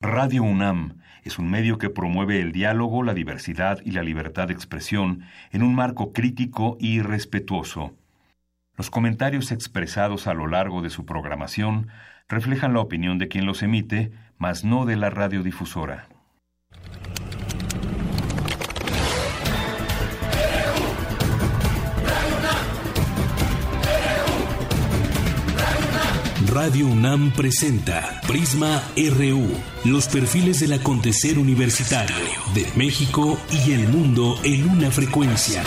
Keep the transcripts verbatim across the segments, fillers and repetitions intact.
Radio UNAM es un medio que promueve el diálogo, la diversidad y la libertad de expresión en un marco crítico y respetuoso. Los comentarios expresados a lo largo de su programación reflejan la opinión de quien los emite, mas no de la radiodifusora. Radio UNAM presenta Prisma R U, los perfiles del acontecer universitario de México y el mundo en una frecuencia.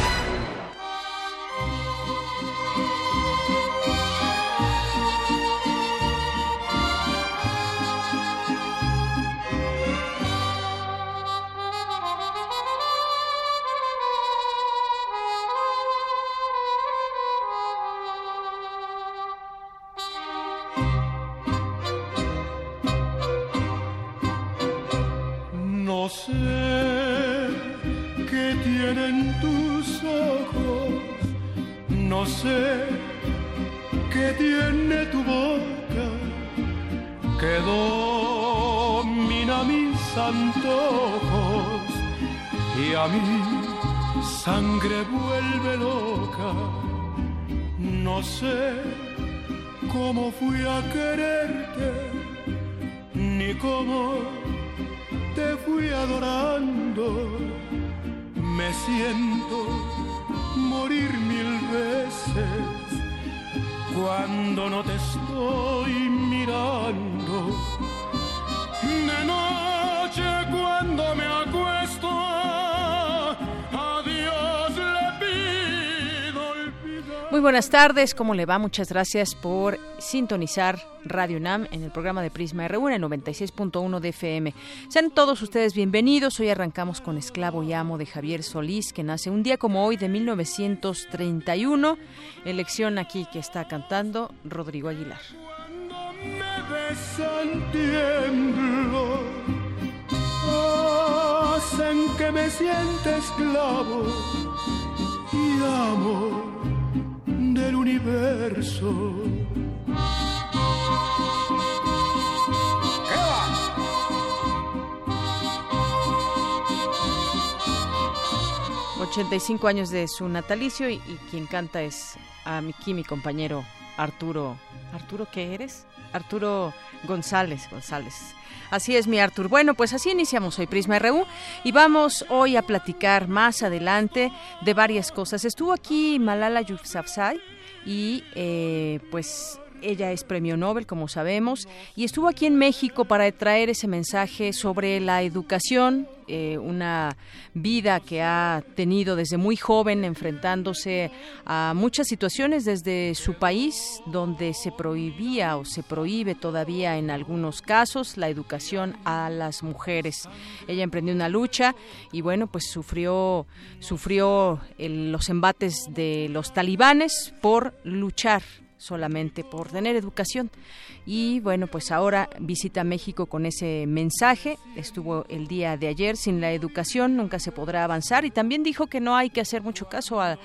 No sé qué tienen tus ojos, no sé qué tiene tu boca, que domina mis antojos y a mi sangre vuelve loca. No sé cómo fui a quererte, ni cómo te fui adorando, me siento morir mil veces cuando no te estoy mirando. De noche cuando me acuesto, a Dios le pido olvidar. Muy buenas tardes, ¿cómo le va? Muchas gracias por sintonizar Radio UNAM en el programa de Prisma R U en el noventa y seis punto uno de F M. Sean todos ustedes bienvenidos. Hoy arrancamos con Esclavo y Amo de Javier Solís, que nace un día como hoy de mil novecientos treinta y uno. Elección aquí que está cantando Rodrigo Aguilar. Cuando me besan tiemblo, hacen que me sienta esclavo y amo del universo. ochenta y cinco años de su natalicio y, y quien canta es aquí mi compañero Arturo. ¿Arturo qué eres? Arturo González González. Así es, mi Artur. Bueno, pues así iniciamos hoy Prisma R U y vamos hoy a platicar más adelante de varias cosas. Estuvo aquí Malala Yousafzai y eh, pues ella es premio Nobel, como sabemos, y estuvo aquí en México para traer ese mensaje sobre la educación, eh, una vida que ha tenido desde muy joven, enfrentándose a muchas situaciones desde su país, donde se prohibía o se prohíbe todavía en algunos casos la educación a las mujeres. Ella emprendió una lucha y bueno, pues sufrió, sufrió el, los embates de los talibanes por luchar solamente por tener educación. Y bueno, pues ahora visita México con ese mensaje. Estuvo el día de ayer: sin la educación nunca se podrá avanzar, y también dijo que no hay que hacer mucho caso a,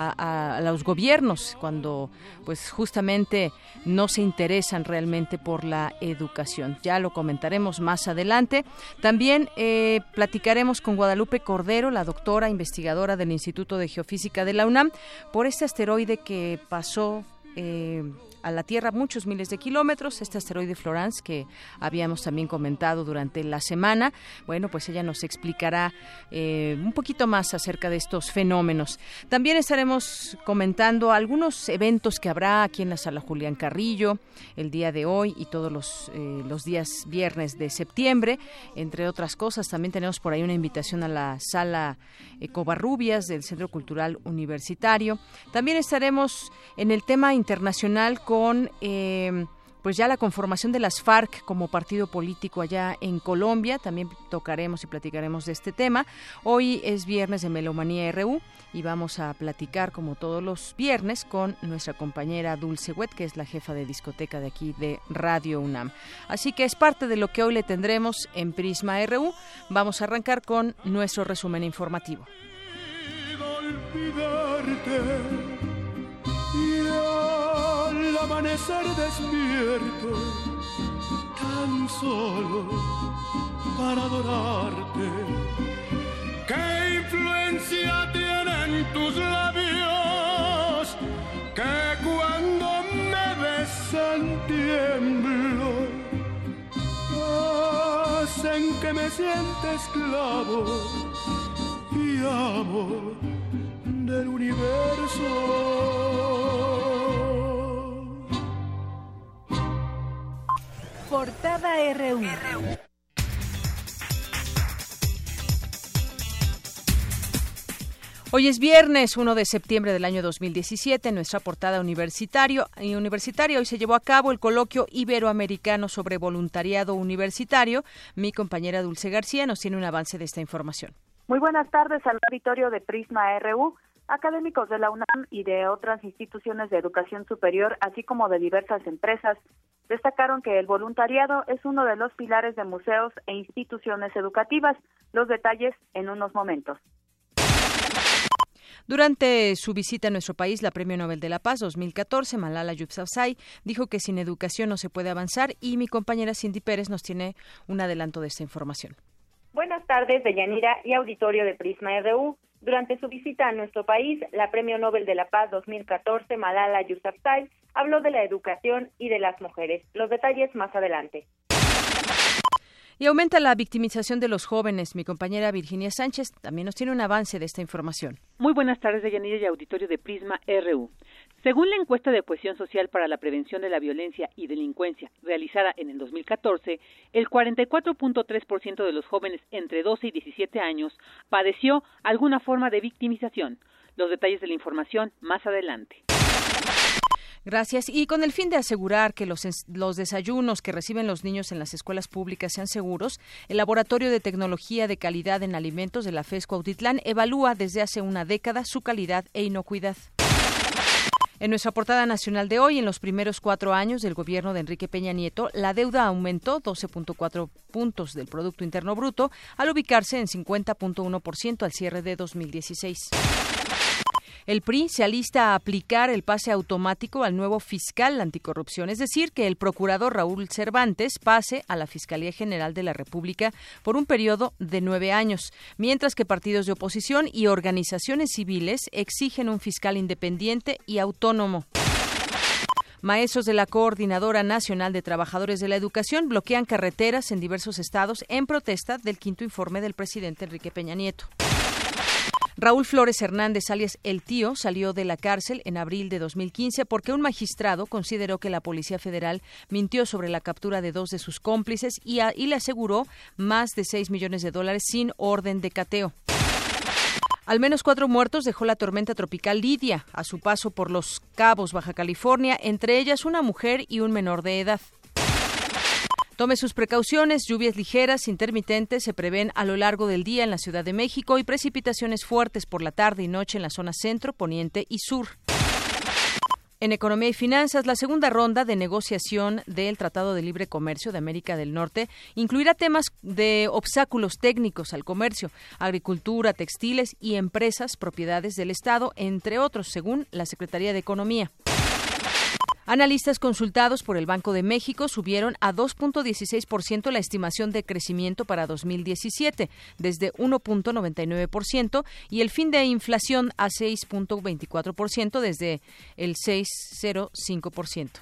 a, a los gobiernos cuando pues justamente no se interesan realmente por la educación. Ya lo comentaremos más adelante. También eh, platicaremos con Guadalupe Cordero, la doctora investigadora del Instituto de Geofísica de la UNAM, por este asteroide que pasó Eh, a la Tierra muchos miles de kilómetros, este asteroide Florence que habíamos también comentado durante la semana. Bueno, pues ella nos explicará eh, un poquito más acerca de estos fenómenos. También estaremos comentando algunos eventos que habrá aquí en la Sala Julián Carrillo el día de hoy y todos los, eh, los días viernes de septiembre, entre otras cosas. También tenemos por ahí una invitación a la Sala eh, Covarrubias del Centro Cultural Universitario. También estaremos en el tema internacional con eh, pues ya la conformación de las FARC como partido político allá en Colombia. También tocaremos y platicaremos de este tema. Hoy es viernes de Melomanía R U y vamos a platicar como todos los viernes con nuestra compañera Dulce Wet, que es la jefa de discoteca de aquí de Radio UNAM. Así que es parte de lo que hoy le tendremos en Prisma R U. Vamos a arrancar con nuestro resumen informativo. Amanecer despierto, tan solo para adorarte. ¿Qué influencia tienen tus labios que cuando me besan tiemblo? Hacen que me sienta esclavo y amo del universo. Portada R U. Hoy es viernes, uno de septiembre del año dos mil diecisiete. En nuestra portada universitario, y universitaria hoy se llevó a cabo el coloquio iberoamericano sobre voluntariado universitario. Mi compañera Dulce García nos tiene un avance de esta información. Muy buenas tardes al auditorio de Prisma R U. Académicos de la UNAM y de otras instituciones de educación superior, así como de diversas empresas, destacaron que el voluntariado es uno de los pilares de museos e instituciones educativas. Los detalles en unos momentos. Durante su visita a nuestro país, la Premio Nobel de la Paz dos mil catorce, Malala Yousafzai, dijo que sin educación no se puede avanzar, y mi compañera Cindy Pérez nos tiene un adelanto de esta información. Buenas tardes, Deyanira y auditorio de Prisma R U. Durante su visita a nuestro país, la Premio Nobel de la Paz dos mil catorce, Malala Yousafzai, habló de la educación y de las mujeres. Los detalles más adelante. Y aumenta la victimización de los jóvenes. Mi compañera Virginia Sánchez también nos tiene un avance de esta información. Muy buenas tardes, Deyanira y auditorio de Prisma R U. Según la encuesta de cohesión social para la prevención de la violencia y delincuencia realizada en el dos mil catorce, el cuarenta y cuatro punto tres por ciento de los jóvenes entre doce y diecisiete años padeció alguna forma de victimización. Los detalles de la información más adelante. Gracias. Y con el fin de asegurar que los, los desayunos que reciben los niños en las escuelas públicas sean seguros, el Laboratorio de Tecnología de Calidad en Alimentos de la FES Cuautitlán evalúa desde hace una década su calidad e inocuidad. En nuestra portada nacional de hoy, en los primeros cuatro años del gobierno de Enrique Peña Nieto, la deuda aumentó doce punto cuatro puntos del Producto Interno Bruto al ubicarse en cincuenta punto uno por ciento al cierre de dos mil dieciséis. El P R I se alista a aplicar el pase automático al nuevo fiscal anticorrupción, es decir, que el procurador Raúl Cervantes pase a la Fiscalía General de la República por un periodo de nueve años, mientras que partidos de oposición y organizaciones civiles exigen un fiscal independiente y autónomo. Maestros de la Coordinadora Nacional de Trabajadores de la Educación bloquean carreteras en diversos estados en protesta del quinto informe del presidente Enrique Peña Nieto. Raúl Flores Hernández, alias El Tío, salió de la cárcel en abril de dos mil quince porque un magistrado consideró que la Policía Federal mintió sobre la captura de dos de sus cómplices y, a, y le aseguró más de seis millones de dólares sin orden de cateo. Al menos cuatro muertos dejó la tormenta tropical Lidia a su paso por Los Cabos, Baja California, entre ellas una mujer y un menor de edad. Tome sus precauciones, lluvias ligeras, intermitentes se prevén a lo largo del día en la Ciudad de México y precipitaciones fuertes por la tarde y noche en la zona centro, poniente y sur. En Economía y Finanzas, la segunda ronda de negociación del Tratado de Libre Comercio de América del Norte incluirá temas de obstáculos técnicos al comercio, agricultura, textiles y empresas propiedades del Estado, entre otros, según la Secretaría de Economía. Analistas consultados por el Banco de México subieron a dos punto dieciséis por ciento la estimación de crecimiento para dos mil diecisiete, desde uno punto noventa y nueve por ciento, y el fin de inflación a seis punto veinticuatro por ciento, desde el seis punto cero cinco por ciento.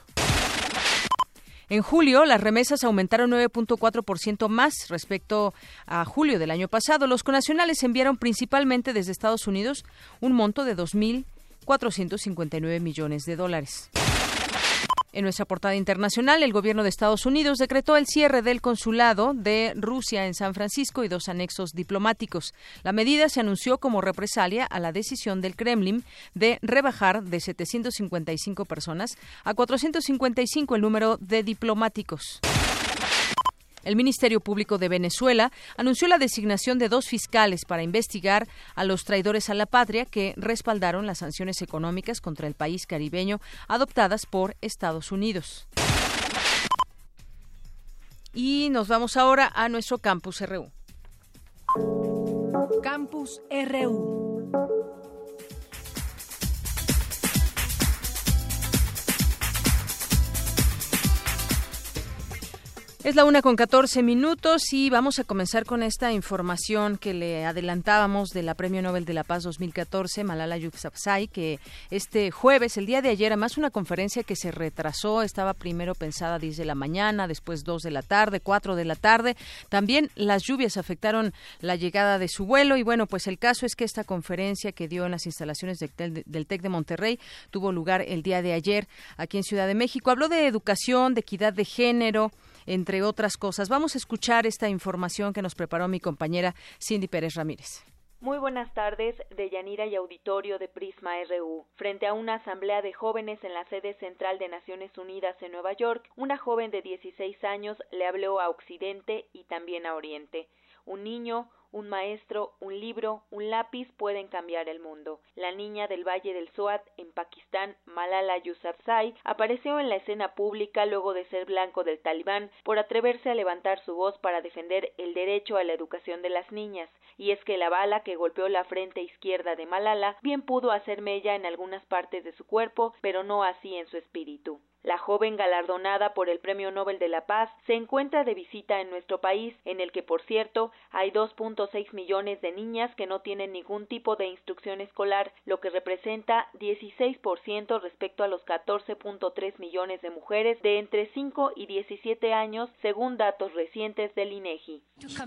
En julio, las remesas aumentaron nueve punto cuatro por ciento más respecto a julio del año pasado. Los connacionales enviaron principalmente desde Estados Unidos un monto de dos mil cuatrocientos cincuenta y nueve millones de dólares. En nuestra portada internacional, el gobierno de Estados Unidos decretó el cierre del consulado de Rusia en San Francisco y dos anexos diplomáticos. La medida se anunció como represalia a la decisión del Kremlin de rebajar de setecientas cincuenta y cinco personas a cuatrocientos cincuenta y cinco el número de diplomáticos. El Ministerio Público de Venezuela anunció la designación de dos fiscales para investigar a los traidores a la patria que respaldaron las sanciones económicas contra el país caribeño adoptadas por Estados Unidos. Y nos vamos ahora a nuestro Campus R U. Campus R U. Es la una con catorce minutos y vamos a comenzar con esta información que le adelantábamos de la Premio Nobel de la Paz dos mil catorce, Malala Yousafzai, que este jueves, el día de ayer, además una conferencia que se retrasó, estaba primero pensada a diez de la mañana, después dos de la tarde, cuatro de la tarde. También las lluvias afectaron la llegada de su vuelo y bueno, pues el caso es que esta conferencia que dio en las instalaciones de, del TEC de Monterrey tuvo lugar el día de ayer aquí en Ciudad de México. Habló de educación, de equidad de género, entre otras cosas. Vamos a escuchar esta información que nos preparó mi compañera Cindy Pérez Ramírez. Muy buenas tardes, Deyanira y auditorio de Prisma R U. Frente a una asamblea de jóvenes en la sede central de Naciones Unidas en Nueva York, una joven de dieciséis años le habló a Occidente y también a Oriente. Un niño, un maestro, un libro, un lápiz pueden cambiar el mundo. La niña del Valle del Swat, en Pakistán, Malala Yousafzai, apareció en la escena pública luego de ser blanco del Talibán por atreverse a levantar su voz para defender el derecho a la educación de las niñas. Y es que la bala que golpeó la frente izquierda de Malala bien pudo hacer mella en algunas partes de su cuerpo, pero no así en su espíritu. La joven galardonada por el Premio Nobel de la Paz se encuentra de visita en nuestro país, en el que, por cierto, hay dos punto seis millones de niñas que no tienen ningún tipo de instrucción escolar, lo que representa dieciséis por ciento respecto a los catorce punto tres millones de mujeres de entre cinco y diecisiete años, según datos recientes del INEGI.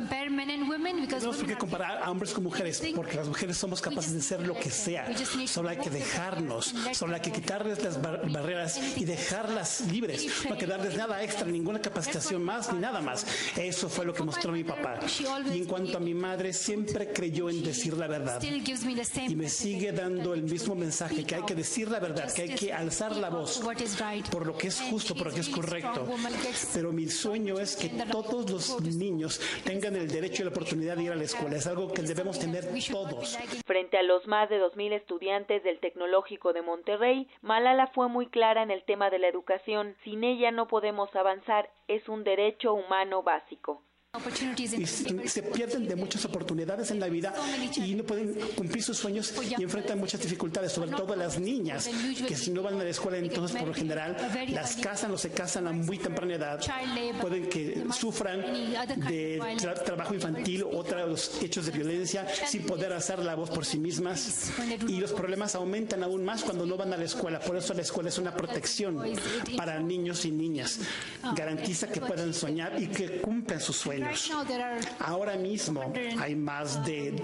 Tenemos que comparar a hombres con mujeres, porque las mujeres somos capaces de ser lo que sea. Solo hay que dejarnos, solo hay que quitarles las bar- barreras y dejar las libres, no hay que darles nada extra, ninguna capacitación más ni nada más. Eso fue lo que mostró mi papá. Y en cuanto a mi madre, siempre creyó en decir la verdad y me sigue dando el mismo mensaje, que hay que decir la verdad, que hay que alzar la voz por lo que es justo, por lo que es correcto. Pero mi sueño es que todos los niños tengan el derecho y la oportunidad de ir a la escuela. Es algo que debemos tener todos. Frente a los más de dos mil estudiantes del Tecnológico de Monterrey, Malala fue muy clara en el tema de la educación. Sin ella no podemos avanzar, es un derecho humano básico. Y se pierden de muchas oportunidades en la vida y no pueden cumplir sus sueños y enfrentan muchas dificultades, sobre todo las niñas, que si no van a la escuela, entonces por lo general las casan o se casan a muy temprana edad, pueden que sufran de tra- trabajo infantil o otros hechos de violencia sin poder alzar la voz por sí mismas, y los problemas aumentan aún más cuando no van a la escuela. Por eso la escuela es una protección para niños y niñas, garantiza que puedan soñar y que cumplan sus sueños. Ahora mismo hay más de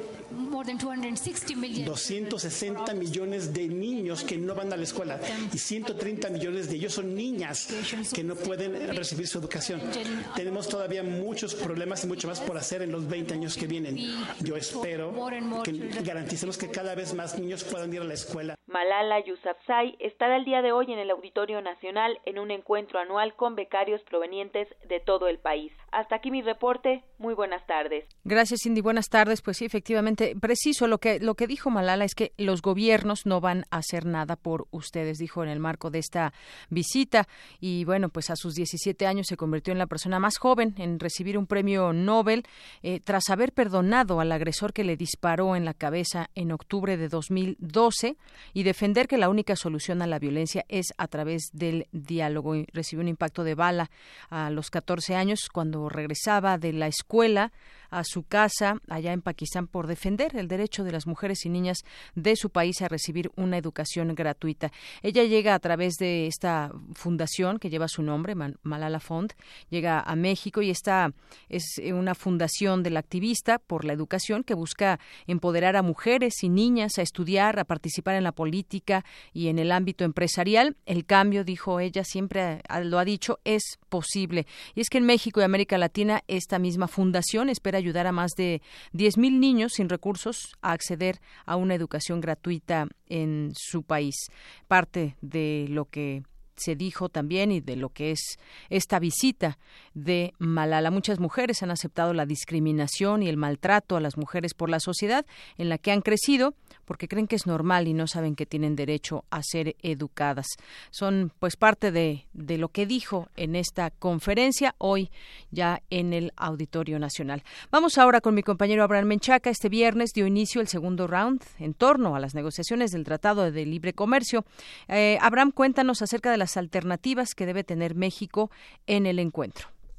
doscientos sesenta millones de niños que no van a la escuela y ciento treinta millones de ellos son niñas que no pueden recibir su educación. Tenemos todavía muchos problemas y mucho más por hacer en los veinte años que vienen. Yo espero que garanticemos que cada vez más niños puedan ir a la escuela. Malala Yousafzai estará el día de hoy en el Auditorio Nacional en un encuentro anual con becarios provenientes de todo el país. Hasta aquí mi reporte. Muy buenas tardes. Gracias, Cindy. Buenas tardes. Pues sí, efectivamente, preciso lo que lo que dijo Malala es que los gobiernos no van a hacer nada por ustedes, dijo en el marco de esta visita. Y bueno, pues a sus diecisiete años se convirtió en la persona más joven en recibir un premio Nobel eh, tras haber perdonado al agresor que le disparó en la cabeza en octubre de dos mil doce y defender que la única solución a la violencia es a través del diálogo. Y recibió un impacto de bala a los catorce años cuando regresaba de la escuela a su casa allá en Pakistán por defender el derecho de las mujeres y niñas de su país a recibir una educación gratuita. Ella llega a través de esta fundación que lleva su nombre, Malala Fund, llega a México y esta es una fundación del activista por la educación que busca empoderar a mujeres y niñas a estudiar, a participar en la política y en el ámbito empresarial. El cambio, dijo ella, siempre lo ha dicho, es posible. Y es que en México y América Latina esta misma fundación espera ayudar a más de diez mil niños sin recursos a acceder a una educación gratuita en su país. Parte de lo que se dijo también y de lo que es esta visita de Malala. Muchas mujeres han aceptado la discriminación y el maltrato a las mujeres por la sociedad en la que han crecido porque creen que es normal y no saben que tienen derecho a ser educadas. Son pues parte de, de lo que dijo en esta conferencia hoy ya en el Auditorio Nacional. Vamos ahora con mi compañero Abraham Menchaca. Este viernes dio inicio el segundo round en torno a las negociaciones del Tratado de Libre Comercio. Eh, Abraham, cuéntanos acerca de las alternativas que debe tener México en el encuentro.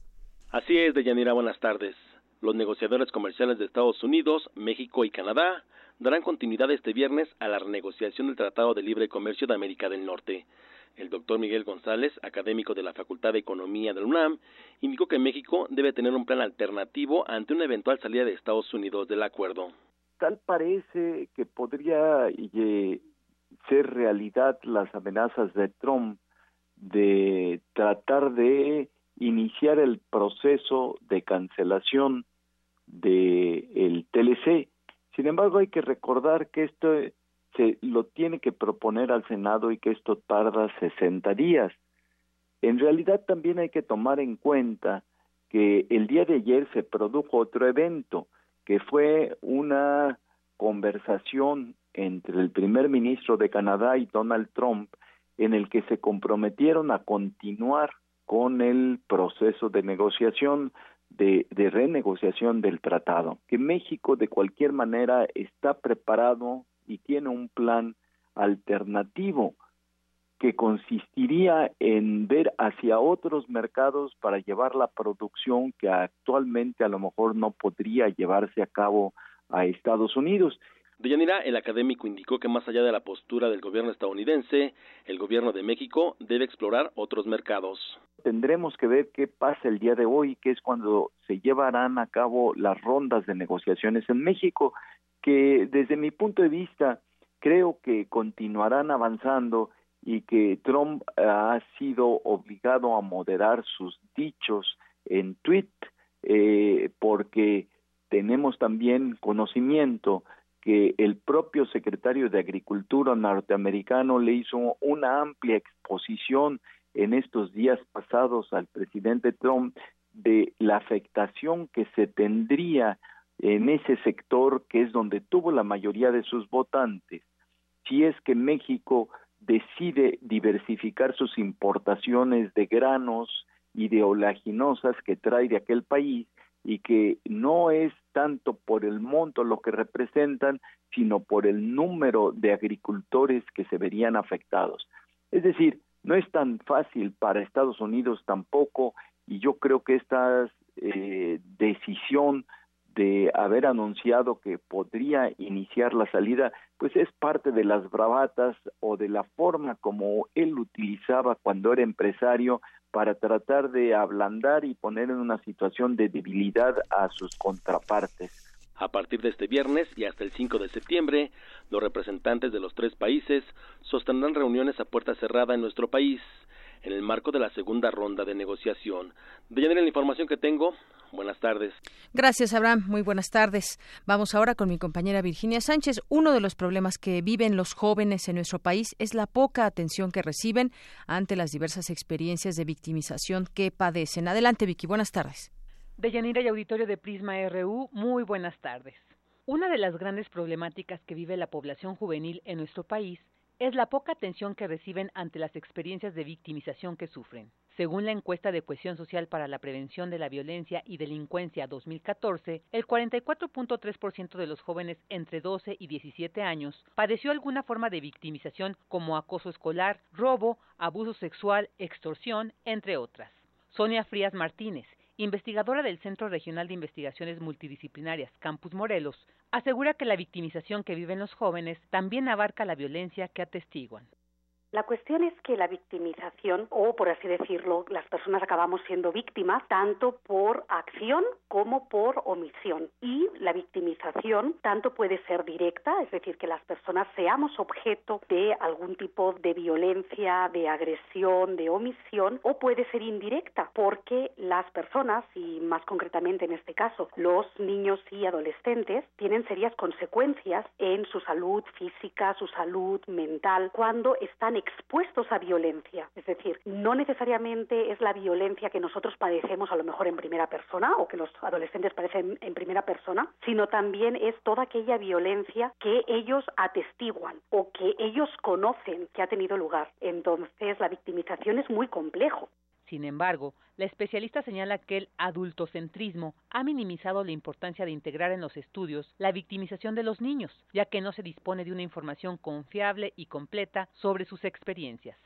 Así es, Deyanira, buenas tardes. Los negociadores comerciales de Estados Unidos, México y Canadá darán continuidad este viernes a la renegociación del Tratado de Libre Comercio de América del Norte. El doctor Miguel González, académico de la Facultad de Economía de la UNAM, indicó que México debe tener un plan alternativo ante una eventual salida de Estados Unidos del acuerdo. Tal parece que podría eh, ser realidad las amenazas de Trump de tratar de iniciar el proceso de cancelación del T L C. Sin embargo, hay que recordar que esto se lo tiene que proponer al Senado y que esto tarda sesenta días. En realidad también hay que tomar en cuenta que el día de ayer se produjo otro evento, que fue una conversación entre el primer ministro de Canadá y Donald Trump, en el que se comprometieron a continuar con el proceso de negociación, de, de renegociación del tratado, que México de cualquier manera está preparado y tiene un plan alternativo que consistiría en ver hacia otros mercados para llevar la producción que actualmente a lo mejor no podría llevarse a cabo a Estados Unidos. Deyanira, el académico indicó que más allá de la postura del gobierno estadounidense, el gobierno de México debe explorar otros mercados. Tendremos que ver qué pasa el día de hoy, que es cuando se llevarán a cabo las rondas de negociaciones en México, que desde mi punto de vista creo que continuarán avanzando y que Trump ha sido obligado a moderar sus dichos en tweet, eh, porque tenemos también conocimiento que el propio secretario de Agricultura norteamericano le hizo una amplia exposición en estos días pasados al presidente Trump de la afectación que se tendría en ese sector que es donde tuvo la mayoría de sus votantes, si es que México decide diversificar sus importaciones de granos y de oleaginosas que trae de aquel país, y que no es tanto por el monto lo que representan, sino por el número de agricultores que se verían afectados. Es decir, no es tan fácil para Estados Unidos tampoco, y yo creo que esta eh, decisión de haber anunciado que podría iniciar la salida, pues es parte de las bravatas o de la forma como él utilizaba cuando era empresario para tratar de ablandar y poner en una situación de debilidad a sus contrapartes. A partir de este viernes y hasta el cinco de septiembre, los representantes de los tres países sostendrán reuniones a puerta cerrada en nuestro país, en el marco de la segunda ronda de negociación. De la información que tengo, buenas tardes. Gracias, Abraham. Muy buenas tardes. Vamos ahora con mi compañera Virginia Sánchez. Uno de los problemas que viven los jóvenes en nuestro país es la poca atención que reciben ante las diversas experiencias de victimización que padecen. Adelante, Vicky. Buenas tardes. Deyanira y auditorio de Prisma R U, muy buenas tardes. Una de las grandes problemáticas que vive la población juvenil en nuestro país es la poca atención que reciben ante las experiencias de victimización que sufren. Según la encuesta de Cohesión Social para la Prevención de la Violencia y Delincuencia dos mil catorce, el cuarenta y cuatro punto tres por ciento de los jóvenes entre doce y diecisiete años padeció alguna forma de victimización como acoso escolar, robo, abuso sexual, extorsión, entre otras. Sonia Frías Martínez, investigadora del Centro Regional de Investigaciones Multidisciplinarias Campus Morelos, asegura que la victimización que viven los jóvenes también abarca la violencia que atestiguan. La cuestión es que la victimización, o por así decirlo, las personas acabamos siendo víctimas tanto por acción como por omisión. Y la victimización tanto puede ser directa, es decir, que las personas seamos objeto de algún tipo de violencia, de agresión, de omisión, o puede ser indirecta, porque las personas, y más concretamente en este caso, los niños y adolescentes, tienen serias consecuencias en su salud física, su salud mental, cuando están expuestos a violencia. Es decir, no necesariamente es la violencia que nosotros padecemos a lo mejor en primera persona o que los adolescentes padecen en primera persona, sino también es toda aquella violencia que ellos atestiguan o que ellos conocen que ha tenido lugar. Entonces, la victimización es muy complejo. Sin embargo, la especialista señala que el adultocentrismo ha minimizado la importancia de integrar en los estudios la victimización de los niños, ya que no se dispone de una información confiable y completa sobre sus experiencias.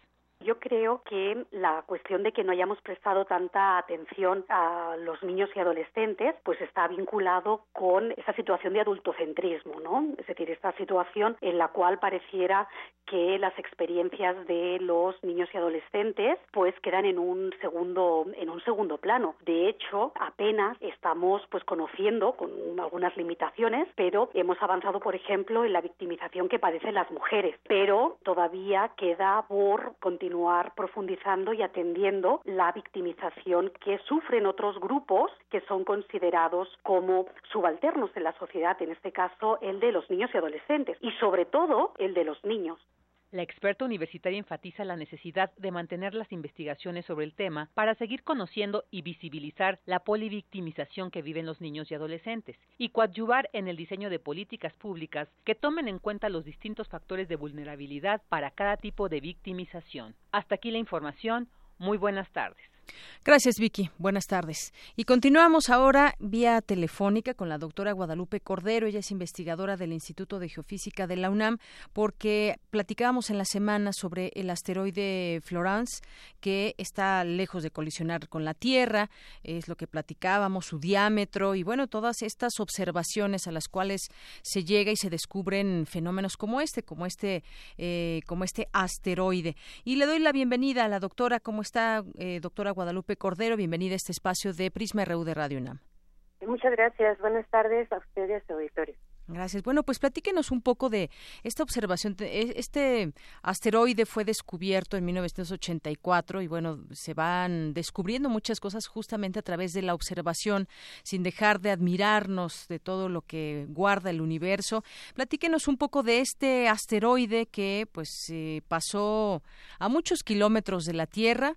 Yo creo que la cuestión de que no hayamos prestado tanta atención a los niños y adolescentes, pues está vinculado con esa situación de adultocentrismo, ¿no? Es decir, esta situación en la cual pareciera que las experiencias de los niños y adolescentes pues quedan en un segundo en un segundo plano. De hecho, apenas estamos pues conociendo con algunas limitaciones, pero hemos avanzado, por ejemplo, en la victimización que padecen las mujeres, pero todavía queda por continuar profundizando y atendiendo la victimización que sufren otros grupos que son considerados como subalternos en la sociedad, en este caso el de los niños y adolescentes, y sobre todo el de los niños. La experta universitaria enfatiza la necesidad de mantener las investigaciones sobre el tema para seguir conociendo y visibilizar la polivictimización que viven los niños y adolescentes y coadyuvar en el diseño de políticas públicas que tomen en cuenta los distintos factores de vulnerabilidad para cada tipo de victimización. Hasta aquí la información. Muy buenas tardes. Gracias, Vicky. Buenas tardes. Y continuamos ahora vía telefónica con la doctora Guadalupe Cordero. Ella es investigadora del Instituto de Geofísica de la UNAM, porque platicábamos en la semana sobre el asteroide Florence, que está lejos de colisionar con la Tierra, es lo que platicábamos, su diámetro y, bueno, todas estas observaciones a las cuales se llega y se descubren fenómenos como este, como este, eh, como este asteroide. Y le doy la bienvenida a la doctora. ¿Cómo está, eh, doctora Guadalupe Cordero? Bienvenida a este espacio de Prisma R U de Radio UNAM. Muchas gracias. Buenas tardes a ustedes y a su auditorio. Gracias. Bueno, pues platíquenos un poco de esta observación. Este asteroide fue descubierto en mil novecientos ochenta y cuatro y, bueno, se van descubriendo muchas cosas justamente a través de la observación, sin dejar de admirarnos de todo lo que guarda el universo. Platíquenos un poco de este asteroide que, pues, eh, pasó a muchos kilómetros de la Tierra,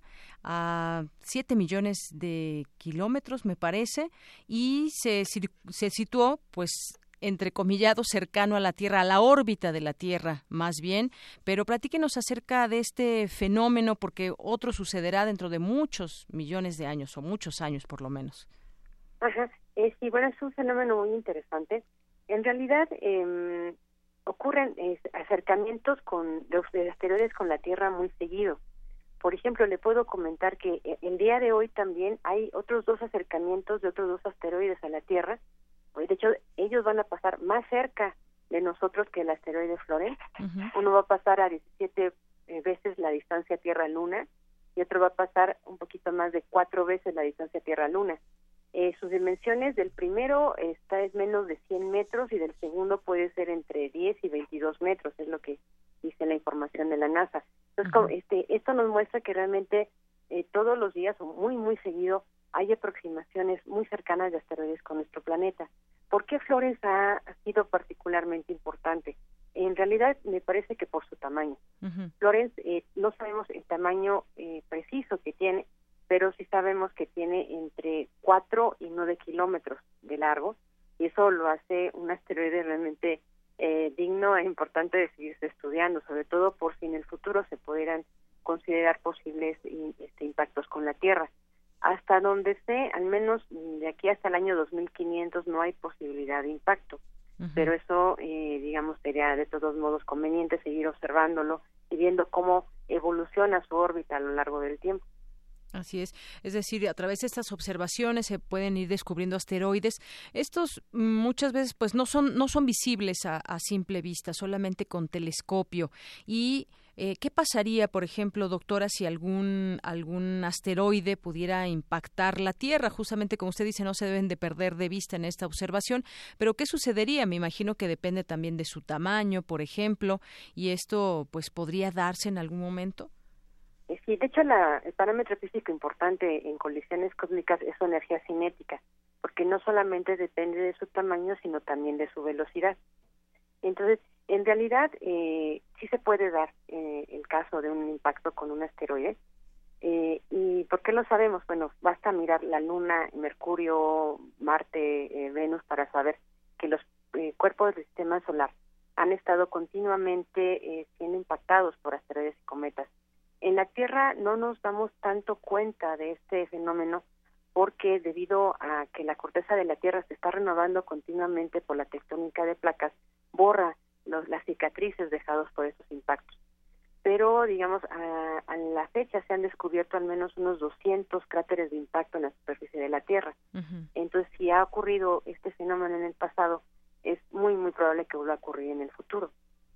a siete millones de kilómetros, me parece, y se, se situó, pues, entrecomillado, cercano a la Tierra, a la órbita de la Tierra, más bien. Pero platíquenos acerca de este fenómeno, porque otro sucederá dentro de muchos millones de años, o muchos años por lo menos. Ajá, eh, sí, bueno, es un fenómeno muy interesante. En realidad, eh, ocurren eh, acercamientos con de, de asteroides con la Tierra muy seguido. Por ejemplo, le puedo comentar que el día de hoy también hay otros dos acercamientos de otros dos asteroides a la Tierra. De hecho, ellos van a pasar más cerca de nosotros que el asteroide Florence. Uh-huh. Uno va a pasar a diecisiete veces la distancia Tierra-Luna y otro va a pasar un poquito más de cuatro veces la distancia Tierra-Luna. Eh, sus dimensiones, del primero está es menos de cien metros y del segundo puede ser entre diez y veintidós metros, es lo que dice la información de la NASA. Entonces, uh-huh. este, esto nos muestra que realmente eh, todos los días o muy, muy seguido hay aproximaciones muy cercanas de asteroides con nuestro planeta. ¿Por qué Florence ha, ha sido particularmente importante? En realidad me parece que por su tamaño. Uh-huh. Florence, eh, no sabemos el tamaño eh, preciso que tiene, pero sí sabemos que tiene entre cuatro y nueve kilómetros de largo, y eso lo hace un asteroide realmente eh, digno e importante de seguirse estudiando, sobre todo por si en el futuro se pudieran considerar posibles este, impactos con la Tierra. Hasta donde sé, al menos de aquí hasta el año dos mil quinientos no hay posibilidad de impacto, uh-huh. pero eso, eh, digamos, sería de todos modos conveniente seguir observándolo y viendo cómo evoluciona su órbita a lo largo del tiempo. Así es, es decir, a través de estas observaciones se pueden ir descubriendo asteroides. Estos muchas veces pues no son no son visibles a, a simple vista, solamente con telescopio. Y eh, ¿qué pasaría, por ejemplo, doctora, si algún algún asteroide pudiera impactar la Tierra? Justamente, como usted dice, no se deben de perder de vista en esta observación, pero ¿qué sucedería? Me imagino que depende también de su tamaño, por ejemplo, y esto pues podría darse en algún momento. Sí, de hecho la, el parámetro físico importante en colisiones cósmicas es su energía cinética, porque no solamente depende de su tamaño, sino también de su velocidad. Entonces, en realidad, eh, sí se puede dar eh, el caso de un impacto con un asteroide. Eh, ¿Y por qué lo sabemos? Bueno, basta mirar la Luna, Mercurio, Marte, eh, Venus para saber que los eh, cuerpos del sistema solar han estado continuamente eh, siendo impactados por asteroides y cometas. En la Tierra no nos damos tanto cuenta de este fenómeno porque debido a que la corteza de la Tierra se está renovando continuamente por la tectónica de placas, borra los, las cicatrices dejadas por esos impactos. pero digamos a, a la fecha se han descubierto al menos unos doscientos cráteres de impacto en la superficie de la Tierra. Uh-huh. Entonces, si ha ocurrido este fenómeno en el pasado, es muy, muy probable que vuelva a ocurrir en el futuro.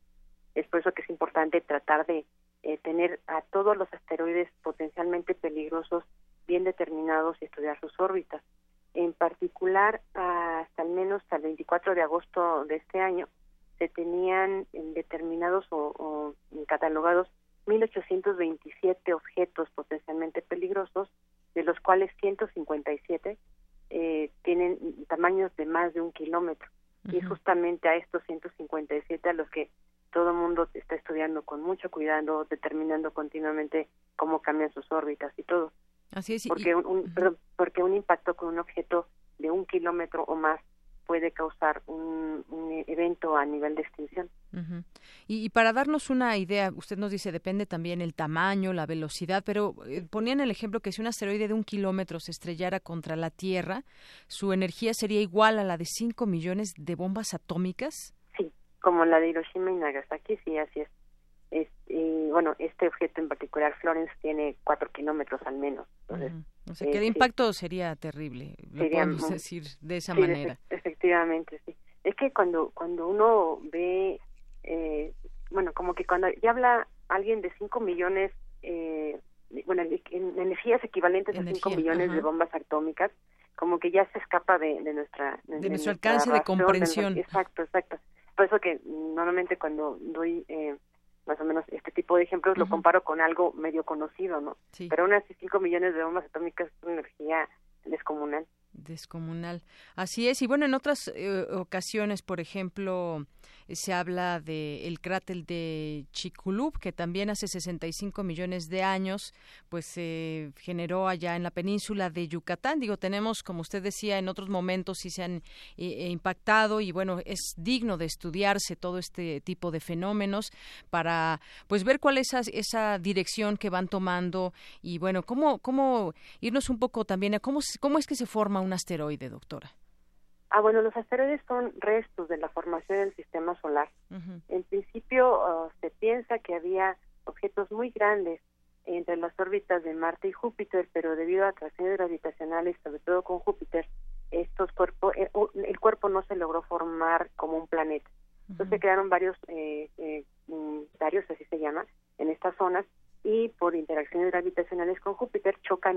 Es por eso que es importante tratar de eh, tener a todos los asteroides potencialmente peligrosos bien determinados y estudiar sus órbitas. En particular, hasta al menos hasta el veinticuatro de agosto de este año, se tenían determinados o, o catalogados mil ochocientos veintisiete objetos potencialmente peligrosos, de los cuales ciento cincuenta y siete eh, tienen tamaños de más de un kilómetro. Uh-huh. Y es justamente a estos ciento cincuenta y siete a los que todo el mundo está estudiando con mucho cuidado, determinando continuamente cómo cambian sus órbitas y todo. Así es. Porque un, un, uh-huh. perdón, porque un impacto con un objeto de un kilómetro o más puede causar un, un evento a nivel de extinción. Uh-huh. Y, y para darnos una idea, usted nos dice, depende también el tamaño, la velocidad, pero eh, ponían el ejemplo que si un asteroide de un kilómetro se estrellara contra la Tierra, su energía sería igual a la de cinco millones de bombas atómicas. Sí, como la de Hiroshima y Nagasaki, sí, así es. Es, y bueno, este objeto en particular, Florence, tiene cuatro kilómetros al menos. Entonces, uh-huh. O sea, que el eh, impacto sí. sería terrible, lo sería, podemos decir de esa sí, manera. Efe- efectivamente, sí. Es que cuando cuando uno ve, eh, bueno, como que cuando ya habla alguien de cinco millones, eh, bueno, en energías equivalentes Energía, a cinco millones uh-huh. de bombas atómicas, como que ya se escapa de, de nuestra... De, de nuestro alcance razón, de comprensión. De, exacto, exacto. Por eso que normalmente cuando doy... Eh, más o menos este tipo de ejemplos uh-huh. lo comparo con algo medio conocido, ¿no? Sí. Pero aún así cinco millones de bombas atómicas es una energía descomunal. Descomunal. Así es. Y bueno, en otras eh, ocasiones, por ejemplo, eh, se habla de el cráter de Chicxulub, que también hace sesenta y cinco millones de años, pues se eh, generó allá en la península de Yucatán. Digo, tenemos, como usted decía, en otros momentos sí se han eh, impactado y bueno, es digno de estudiarse todo este tipo de fenómenos para, pues, ver cuál es esa, esa dirección que van tomando y bueno, cómo, cómo irnos un poco también a cómo, cómo es que se forma un asteroide, doctora. Ah, bueno, los asteroides son restos de la formación del sistema solar. Uh-huh. En principio uh, se piensa que había objetos muy grandes entre las órbitas de Marte y Júpiter, pero debido a atracciones gravitacionales, sobre todo con Júpiter, estos cuerpos, eh, el cuerpo no se logró formar como un planeta. Uh-huh. Entonces se crearon varios eh, eh, varios, así se llama, en estas zonas, y por interacciones gravitacionales con Júpiter chocan